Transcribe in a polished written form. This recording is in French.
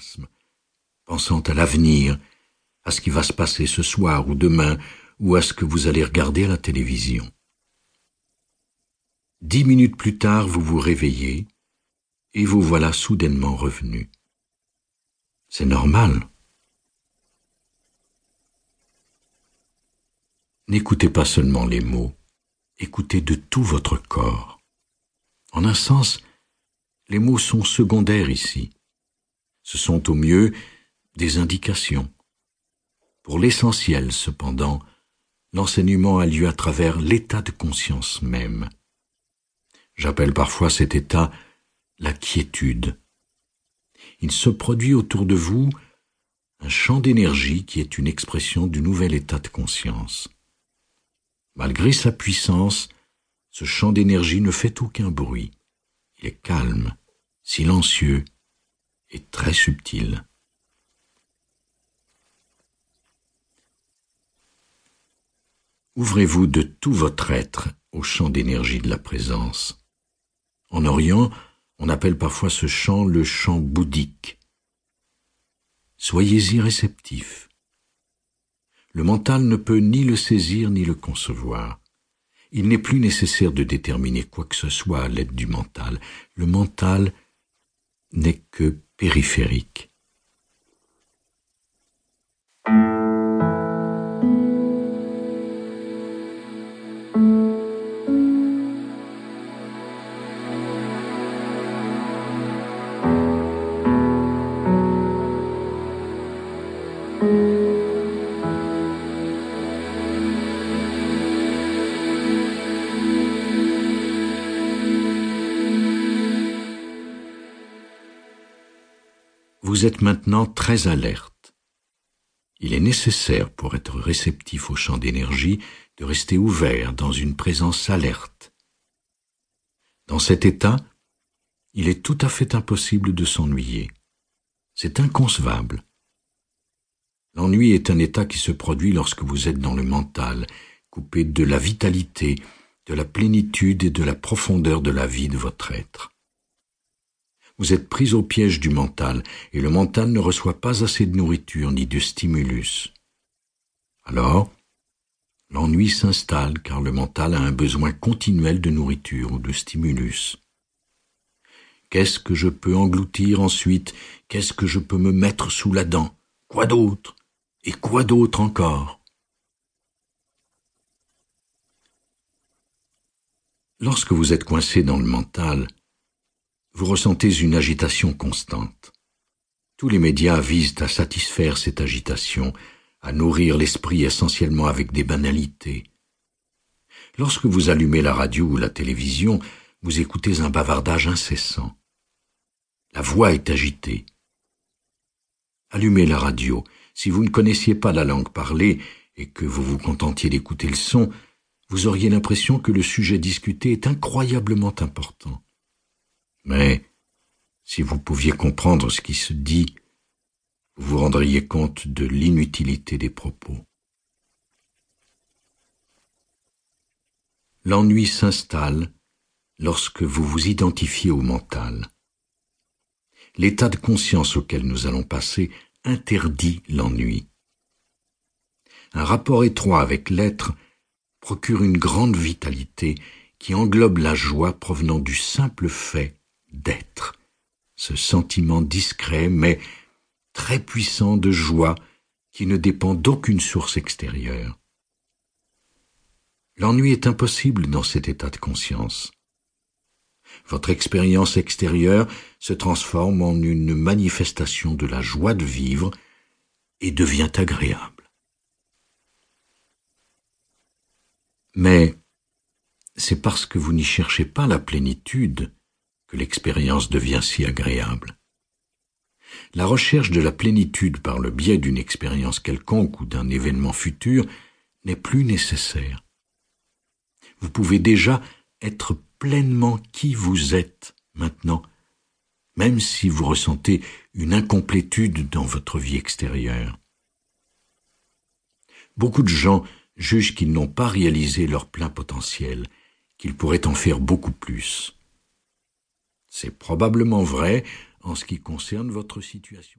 fantasmes, pensant à l'avenir, à ce qui va se passer ce soir ou demain, ou à ce que vous allez regarder à la télévision. 10 minutes plus tard, vous vous réveillez, et vous voilà soudainement revenu. C'est normal. N'écoutez pas seulement les mots, écoutez de tout votre corps. En un sens, les mots sont secondaires ici. Ce sont au mieux des indications. Pour l'essentiel, cependant, l'enseignement a lieu à travers l'état de conscience même. J'appelle parfois cet état la quiétude. Il se produit autour de vous un champ d'énergie qui est une expression du nouvel état de conscience. Malgré sa puissance, ce champ d'énergie ne fait aucun bruit. Il est calme, silencieux et très subtil. Ouvrez-vous de tout votre être au champ d'énergie de la présence. En Orient, on appelle parfois ce champ le champ bouddhique. Soyez-y réceptif. Le mental ne peut ni le saisir ni le concevoir. Il n'est plus nécessaire de déterminer quoi que ce soit à l'aide du mental. Le mental n'est que périphérique. Vous êtes maintenant très alerte. Il est nécessaire, pour être réceptif au champ d'énergie, de rester ouvert dans une présence alerte. Dans cet état, il est tout à fait impossible de s'ennuyer. C'est inconcevable. L'ennui est un état qui se produit lorsque vous êtes dans le mental, coupé de la vitalité, de la plénitude et de la profondeur de la vie de votre être. Vous êtes pris au piège du mental, et le mental ne reçoit pas assez de nourriture ni de stimulus. Alors, l'ennui s'installe car le mental a un besoin continuel de nourriture ou de stimulus. Qu'est-ce que je peux engloutir ensuite? Qu'est-ce que je peux me mettre sous la dent? Quoi d'autre? Et quoi d'autre encore? Lorsque vous êtes coincé dans le mental, vous ressentez une agitation constante. Tous les médias visent à satisfaire cette agitation, à nourrir l'esprit essentiellement avec des banalités. Lorsque vous allumez la radio ou la télévision, vous écoutez un bavardage incessant. La voix est agitée. Allumez la radio. Si vous ne connaissiez pas la langue parlée et que vous vous contentiez d'écouter le son, vous auriez l'impression que le sujet discuté est incroyablement important. Mais, si vous pouviez comprendre ce qui se dit, vous vous rendriez compte de l'inutilité des propos. L'ennui s'installe lorsque vous vous identifiez au mental. L'état de conscience auquel nous allons passer interdit l'ennui. Un rapport étroit avec l'être procure une grande vitalité qui englobe la joie provenant du simple fait d'être, ce sentiment discret mais très puissant de joie qui ne dépend d'aucune source extérieure. L'ennui est impossible dans cet état de conscience. Votre expérience extérieure se transforme en une manifestation de la joie de vivre et devient agréable. Mais c'est parce que vous n'y cherchez pas la plénitude que l'expérience devient si agréable. La recherche de la plénitude par le biais d'une expérience quelconque ou d'un événement futur n'est plus nécessaire. Vous pouvez déjà être pleinement qui vous êtes maintenant, même si vous ressentez une incomplétude dans votre vie extérieure. Beaucoup de gens jugent qu'ils n'ont pas réalisé leur plein potentiel, qu'ils pourraient en faire beaucoup plus. C'est probablement vrai en ce qui concerne votre situation.